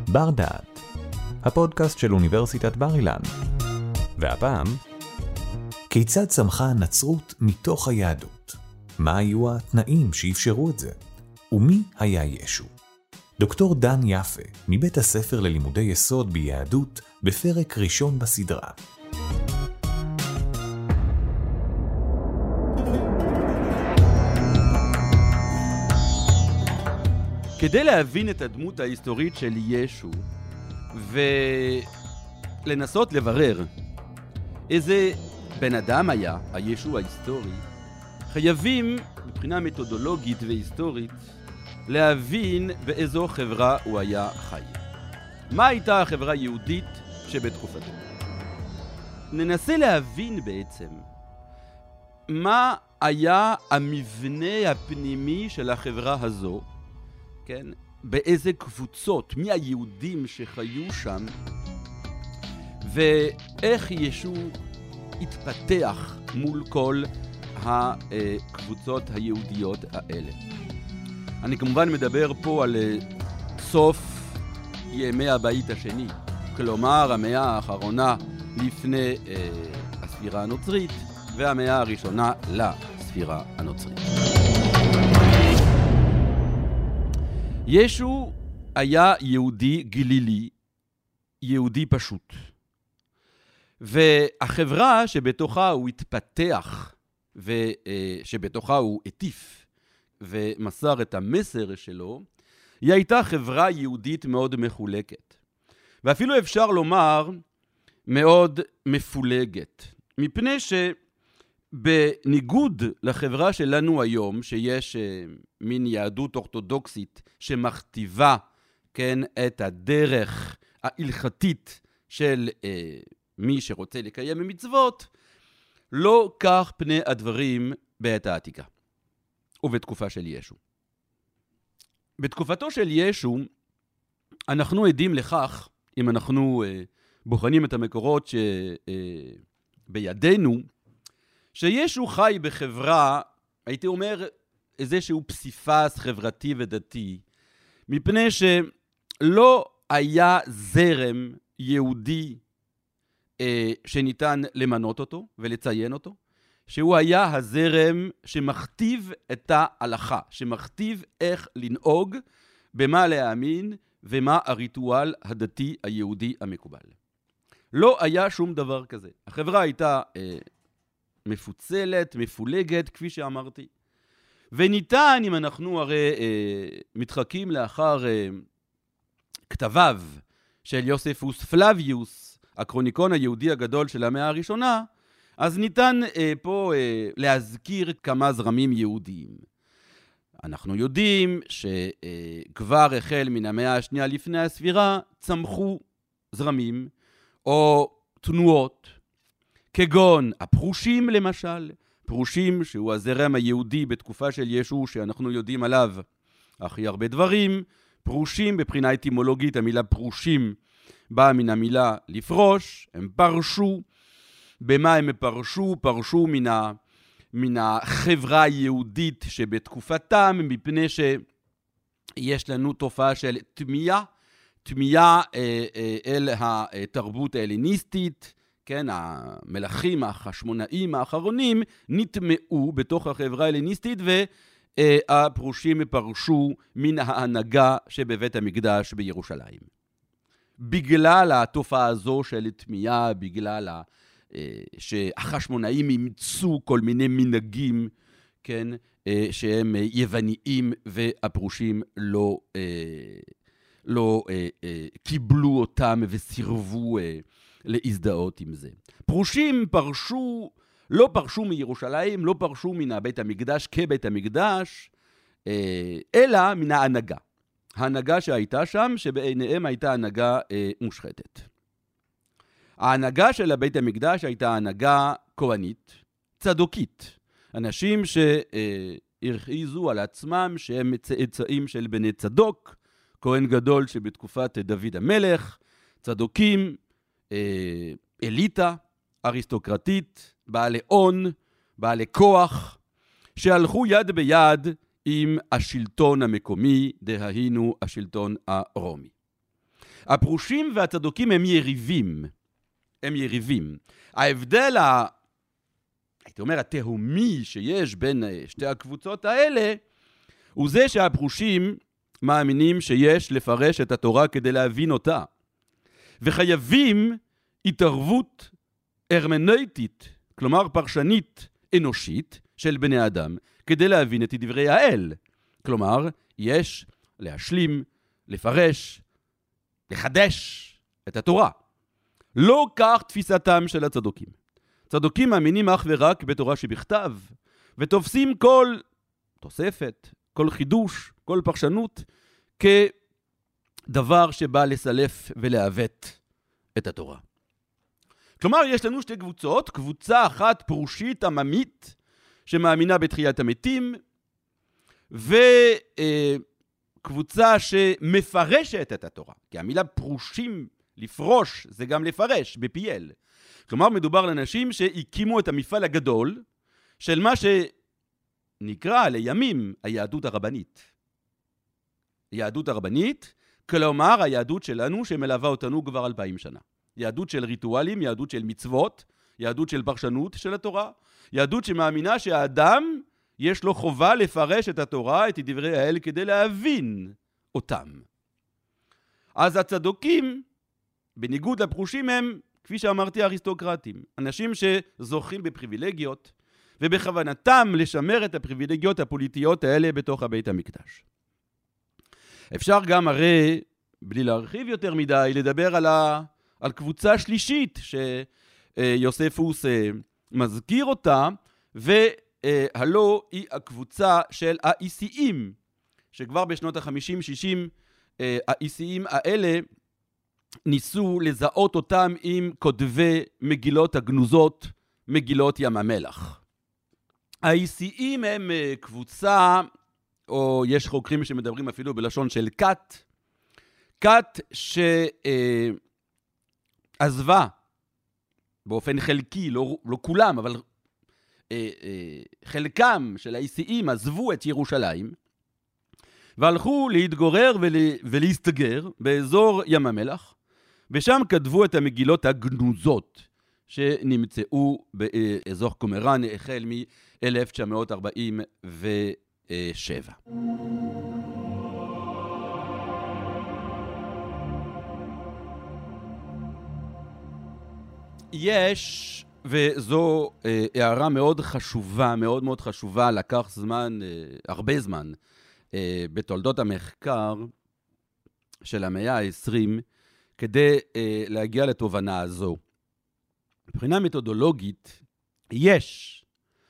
בר דעת, הפודקאסט של אוניברסיטת בר אילן. והפעם, כיצד צמחה הנצרות מתוך היהדות? מה היו התנאים שאפשרו את זה? ומי היה ישו? דוקטור דן יפה, מבית הספר ללימודי יסוד ביהדות, בפרק ראשון בסדרה. כדי להבין את הדמות ההיסטורית של ישו ולנסות לברר איזה בן אדם היה הישו ההיסטורי, חייבים מבחינה מתודולוגית והיסטורית להבין באיזו חברה הוא היה חי. מה הייתה החברה היהודית שבתקופתו? ננסה להבין בעצם מה היה המבנה הפנימי של החברה הזו, כן? באיזה קבוצות, מי היהודים שחיו שם, ואיך ישו התפתח מול כל הקבוצות היהודיות האלה. אני כמובן מדבר פה על סוף ימי הבית השני, כלומר המאה האחרונה לפני הספירה הנוצרית והמאה הראשונה לספירה הנוצרית. ישו היה יהודי גלילי, יהודי פשוט. והחברה שבתוכה הוא התפתח ושבתוכה הוא הטיף ומסר את המסר שלו, היא הייתה חברה יהודית מאוד מחולקת. ואפילו אפשר לומר מאוד מפולגת. מפני שבניגוד לחברה שלנו היום, שיש מין יהדות אורתודוקסית שמכתיבה, כן, את הדרך ההלכתית של מי שרוצה לקיים מצוות, לא כך פני הדברים בעת העתיקה ובתקופה של ישו. בתקופתו של ישו אנחנו עדים לכך, אם אנחנו בוחנים את המקורות שבידינו, שישו חי בחברה, הייתי אומר, איזשהו פסיפס חברתי ודתי, מפני שלא היה זרם יהודי שניתן למנות אותו ולציין אותו, שהוא היה הזרם שמכתיב את ההלכה, שמכתיב איך לנהוג, במה להאמין ומה הריטואל הדתי היהודי המקובל. לא היה שום דבר כזה. החברה הייתה מפוצלת, מפולגת, כפי שאמרתי. וניתן, אם אנחנו הרי מתחקים לאחר כתביו של יוספוס פלביוס, הקרוניקון היהודי הגדול של המאה הראשונה, אז ניתן פה להזכיר כמה זרמים יהודיים. אנחנו יודעים שכבר החל מן המאה השנייה לפני הספירה, צמחו זרמים או תנועות, כגון הפרושים למשל, פרושים שהוא הזרם היהודי בתקופה של ישו שאנחנו יודעים עליו הכי הרבה דברים. פרושים בבחינה אטימולוגית, המילה פרושים באה מן המילה לפרוש, הם פרשו. במה הם פרשו? פרשו מן החברה היהודית שבתקופתם, מפני שיש לנו תופעה של תמייה אל התרבות ההלניסטית, כן, המלכים החשמונאים האחרונים נטמעו בתוך החברה ההלניסטית, והפרושים פרשו מן ההנהגה שבבית המקדש בירושלים. בגלל התופעה הזו של תמייה, בגלל שהחשמונאים אימצו כל מיני מנהגים, כן, שהם יווניים, והפרושים לא קיבלו אותם וסירבו להזדהות עם זה. פרושים לא פרשו מירושלים, לא פרשו מן בית המקדש כבית המקדש, אלא מן ההנהגה. ההנהגה שהייתה שם, שבעיניהם הייתה הנהגה מושחתת. ההנהגה של בית המקדש הייתה הנהגה כהנית, צדוקית. אנשים שהרחיזו על עצמם שהם צאצאים של בני צדוק, כהן גדול שבתקופת דוד המלך, צדוקים, אליטה, אריסטוקרטית, בעלי הון, בעלי כוח, שהלכו יד ביד עם השלטון המקומי, דהיינו השלטון הרומי. הפרושים והצדוקים הם יריבים. הם יריבים. ההבדל, הייתי אומר, התהומי שיש בין שתי הקבוצות האלה, הוא זה שהפרושים מאמינים שיש לפרש את התורה כדי להבין אותה. וחייבים התערבות הרמנויטית, כלומר פרשנית אנושית של בני אדם, כדי להבין את דברי האל. כלומר, יש להשלים, לפרש, לחדש את התורה. לא כך תפיסתם של הצדוקים. צדוקים מאמינים אך ורק בתורה שבכתב, ותופסים כל תוספת, כל חידוש, כל פרשנות, כדבר שבא לסלף ולעוות את התורה. כלומר, יש לנו שתי קבוצות, קבוצה אחת פרושית עממית, שמאמינה בתחיית המתים, וקבוצה שמפרשת את התורה. כי המילה פרושים, לפרוש, זה גם לפרש, בפיאל. כלומר, מדובר על אנשים שהקימו את המפעל הגדול, של מה שנקרא לימים היהדות הרבנית. היהדות הרבנית, כלומר היהדות שלנו שמלווה אותנו כבר 2000 שנה. יהדות של ריטואלים, יהדות של מצוות, יהדות של פרשנות של התורה, יהדות שמאמינה שהאדם יש לו חובה לפרש את התורה, את דברי האל, כדי להבין אותם. אז הצדוקים, בניגוד לפרושים, הם, כפי שאמרתי, אריסטוקרטים. אנשים שזוכים בפריבילגיות, ובכוונתם לשמר את הפריבילגיות הפוליטיות האלה בתוך הבית המקדש. אפשר גם הרי, בלי להרחיב יותר מדי, לדבר על קבוצה שלישית שיוספוס מזכיר אותה, והלא היא הקבוצה של האיסיים, שכבר בשנות ה-50-60 האיסיים האלה ניסו לזהות אותם עם כותבי מגילות הגנוזות, מגילות ים המלח. האיסיים הם קבוצה, או יש חוקרים שמדברים אפילו בלשון של כת שעזבה באופן חלקי, לא כולם, אבל חלקם של האיסיים עזבו את ירושלים, והלכו להתגורר ולהסתגר באזור ים המלח, ושם כתבו את המגילות הגנוזות שנמצאו באזור קומראן החל מ-1947. יש, וזו הערה מאוד חשובה, מאוד מאוד חשובה, לקח זמן, הרבה זמן, בתולדות המחקר של המאה ה-20, כדי להגיע לתובנה הזו. מבחינה מתודולוגית, יש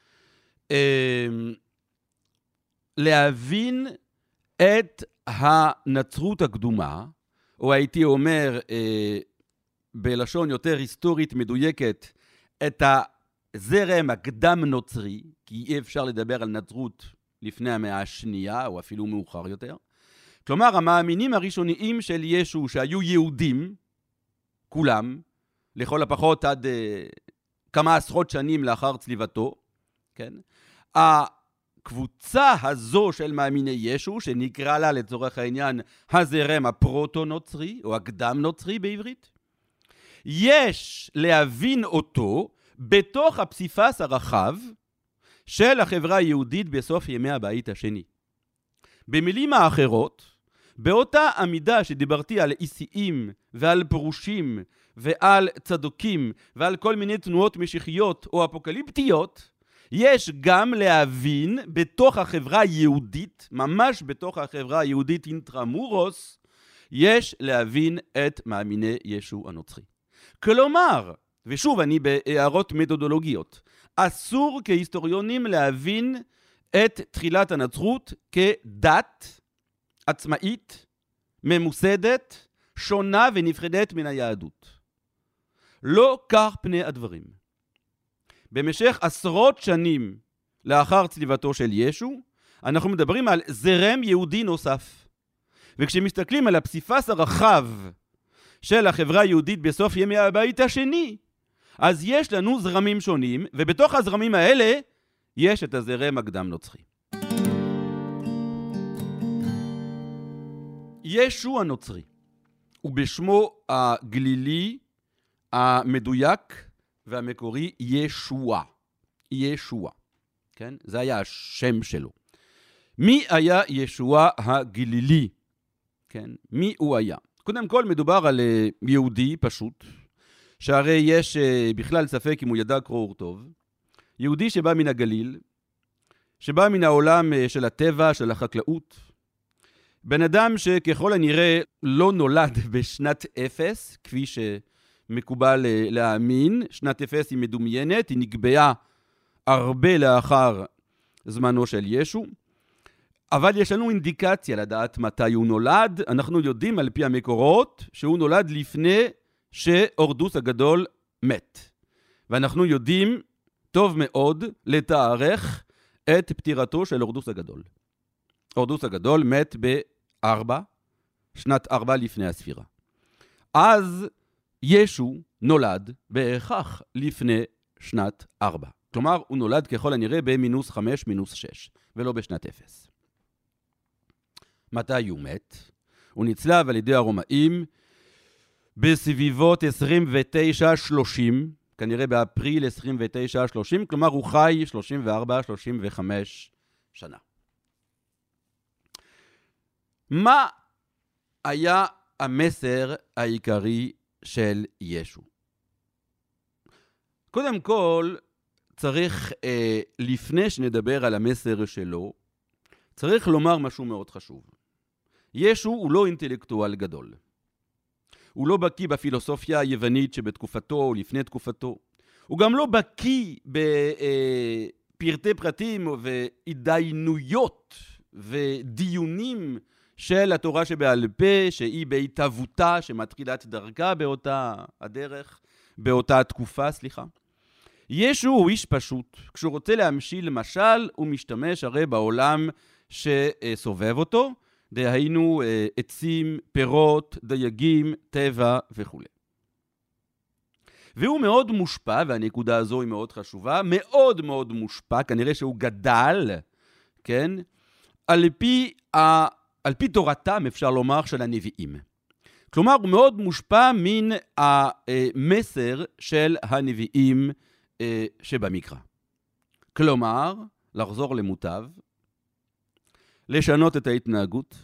להבין את הנצרות הקדומה, או הייתי אומר בלשון יותר היסטורית מדויקת, את הזרם הקדם נוצרי, כי אי אפשר לדבר על נצרות לפני המאה השנייה, או אפילו מאוחר יותר. כלומר, המאמינים הראשוניים של ישו, שהיו יהודים, כולם, לכל הפחות עד כמה עשרות שנים לאחר צליבתו, כן? הקבוצה הזו של מאמיני ישו, שנקרא לה לצורך העניין הזרם הפרוטו-נוצרי, או הקדם-נוצרי בעברית, יש להבין אותו בתוך הפסיפס הרחב של החברה היהודית בסוף ימי הבית השני. במילים האחרות, באותה עמידה שדיברתי על איסיים ועל פרושים ועל צדוקים ועל כל מיני תנועות משיחיות או אפוקליפטיות, יש גם להבין בתוך החברה היהודית, ממש בתוך החברה היהודית אינטרמורוס, יש להבין את מאמיני ישו הנוצרי. כלומר, ושוב אני בהערות מתודולוגיות, אסור כהיסטוריונים להבין את תחילת הנצרות כדת עצמאית, ממוסדת, שונה ונפרדת מן היהדות. לא כך פני הדברים. במשך עשרות שנים לאחר צליבתו של ישו, אנחנו מדברים על זרם יהודי נוסף. וכשמסתכלים על הפסיפס הרחב של החברה היהודית בסוף ימי הבית השני, אז יש לנו זרמים שונים, ובתוך הזרמים האלה יש את הזרם הקדם נוצרי. ישו הנוצרי. ובשמו הגלילי, המדויק והמקורי ישוע. ישוע. כן? זה היה השם שלו. מי היה ישוע הגלילי? כן? מי הוא היה? קודם כל מדובר על יהודי פשוט, שהרי יש בכלל ספק אם הוא ידע קרוא וכתוב. יהודי שבא מן הגליל, שבא מן העולם של הטבע, של החקלאות. בן אדם שככל הנראה לא נולד בשנת אפס, כפי שמקובל להאמין. שנת אפס היא מדומיינת, היא נקבעה הרבה לאחר זמנו של ישו. אבל יש לנו אינדיקציה לדעת מתי הוא נולד. אנחנו יודעים על פי המקורות שהוא נולד לפני שאורדוס הגדול מת. ואנחנו יודעים טוב מאוד לתארך את פטירתו של אורדוס הגדול. אורדוס הגדול מת שנת 4 לפני הספירה. אז ישו נולד בהכרח לפני שנת 4. כלומר, הוא נולד ככל הנראה ב-5, -6, ולא בשנת 0. מתי הוא מת? הוא נצלב על ידי הרומאים בסביבות 29-30, כנראה באפריל 29-30, כלומר הוא חי 34-35 שנה. מה היה המסר העיקרי של ישו? קודם כל, צריך, לפני שנדבר על המסר שלו, צריך לומר משהו מאוד חשוב. ישו הוא לא אינטלקטואל גדול. הוא לא בקיא בפילוסופיה היוונית שבתקופתו או לפני תקופתו. הוא גם לא בקיא בפרטי פרטים והתדיינויות ודיונים של התורה שבעל פה, שהיא בהתהוותה, שמתחילת דרכה באותה הדרך, באותה תקופה, ישו הוא איש פשוט. כשהוא רוצה להמשיל משל, הוא משתמש הרי בעולם שסובב אותו, דהיינו עצים, פירות, דייגים, טבע וכו'. והוא מאוד מושפע, והנקודה הזו היא מאוד חשובה, מאוד מאוד מושפע, כנראה שהוא גדל, כן? על פי תורתם, אפשר לומר, של הנביאים. כלומר, הוא מאוד מושפע מן המסר של הנביאים שבמקרא. כלומר, לחזור למוטב, לשנות את ההתנהגות,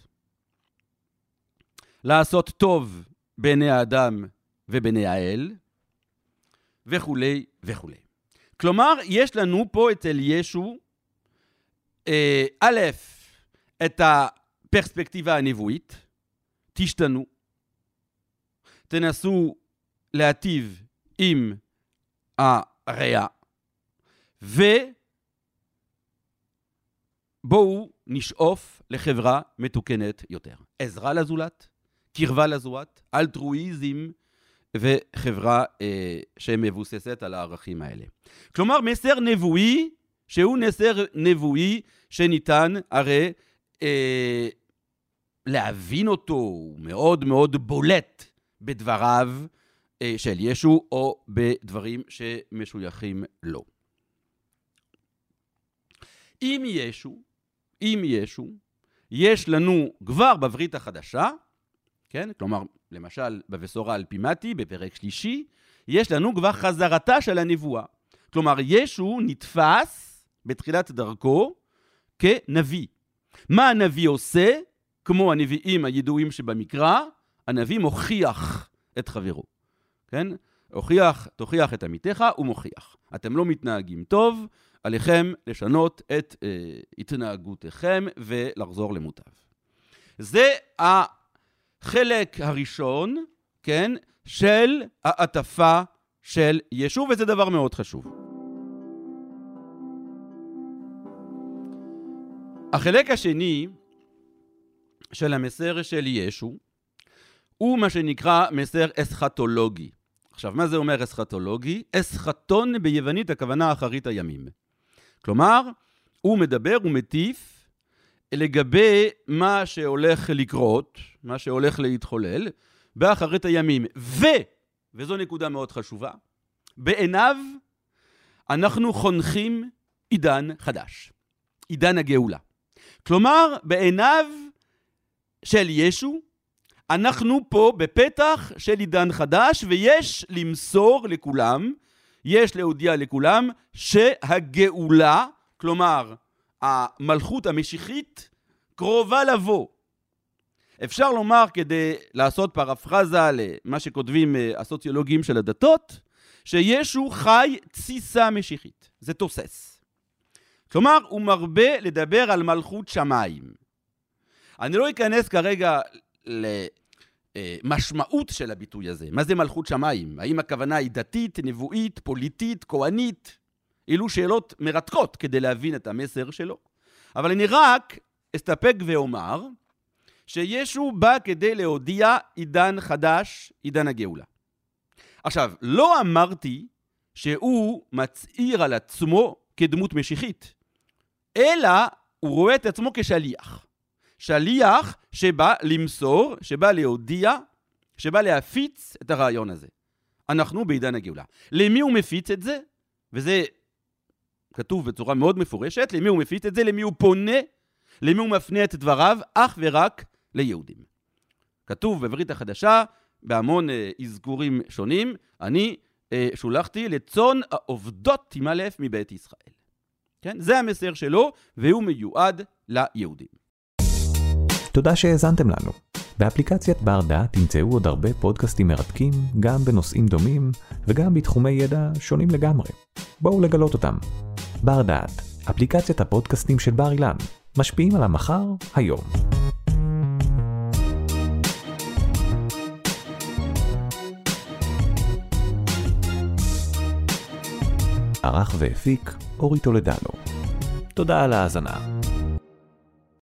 לעשות טוב בעיני האדם ובעיני האל, וכו' וכו'. כלומר, יש לנו פה אצל ישו, א', את הפרספקטיבה הנבואית, תשתנו, תנסו להטיב עם הרע, ובואו נשאוף לחברה מתוקנת יותר. עזרה לזולת, קרבה לזולת, אלטרואיזם וחברה שמבוססת על הערכים האלה. כלומר, מסר נבואי, שהוא מסר נבואי שניתן הרי להבין אותו, הוא מאוד מאוד בולט בדבריו של ישו או בדברים שמשויכים לו. עם ישו, יש לנו כבר בברית החדשה, כן? כלומר, למשל, בבשורה על פי מתי, בפרק 3, יש לנו כבר חזרתה של הנבואה. כלומר, ישו נתפס בתחילת דרכו כנביא. מה הנביא עושה? כמו הנביאים הידועים שבמקרא, הנביא מוכיח את חברו. כן? תוכיח את עמיתך ומוכיח. אתם לא מתנהגים טוב, עליכם לשנות את התנהגותכם ולחזור למוטב. זה החלק הראשון, כן, של העטפה של ישו, וזה דבר מאוד חשוב. החלק השני של המסר של ישו הוא מה שנקרא מסר אסכטולוגי. עכשיו, מה זה אומר אסכטולוגי? אסכטון ביוונית הכוונה אחרית הימים. כלומר, הוא מדבר ומטיף לגבי מה שהולך לקרות, מה שהולך להתחולל, באחרית הימים. וזו נקודה מאוד חשובה, בעיניו אנחנו חונכים עידן חדש, עידן הגאולה. כלומר, בעיניו של ישו, אנחנו פה בפתח של עידן חדש, ויש למסור לכולם, יש להודיע לכולם, שהגאולה, כלומר, המלכות המשיחית, קרובה לבוא. אפשר לומר, כדי לעשות פרפרזה למה שכותבים הסוציולוגים של הדתות, שישו חי תסיסה משיחית. זה תוסס. כלומר, הוא מרבה לדבר על מלכות שמיים. אני לא אכנס כרגע למשמעות של הביטוי הזה. מה זה מלכות שמיים? האם הכוונה היא דתית, נבואית, פוליטית, כהנית? אילו שאלות מרתקות כדי להבין את המסר שלו. אבל אני רק אסתפק ואומר שישו בא כדי להודיע עידן חדש, עידן הגאולה. עכשיו, לא אמרתי שהוא מצעיר על עצמו כדמות משיחית, אלא הוא רואה את עצמו כשליח. שליח שבא למסור, שבא להודיע, שבא להפיץ את הרעיון הזה. אנחנו בעידן הגאולה. למי הוא מפיץ את זה? וזה כתוב בצורה מאוד מפורשת. למי הוא מפיץ את זה? למי הוא פונה? למי הוא מפנה את דבריו? אך ורק ליהודים. כתוב בברית החדשה, בהמון אזכורים שונים, אני שולחתי לצאן העובדות עם א' מבית ישראל. כן? זה המסר שלו, והוא מיועד ליהודים. תודה שהאזנתם לנו. באפליקציית בר דעת תמצאו עוד הרבה פודקאסטים מרתקים, גם בנושאים דומים וגם בתחומי ידע שונים לגמרי. בואו לגלות אותם. בר דעת, אפליקציית הפודקאסטים של בר אילן, משפיעים על המחר היום. ערך והפיק אורי טולדנו. תודה על ההאזנה.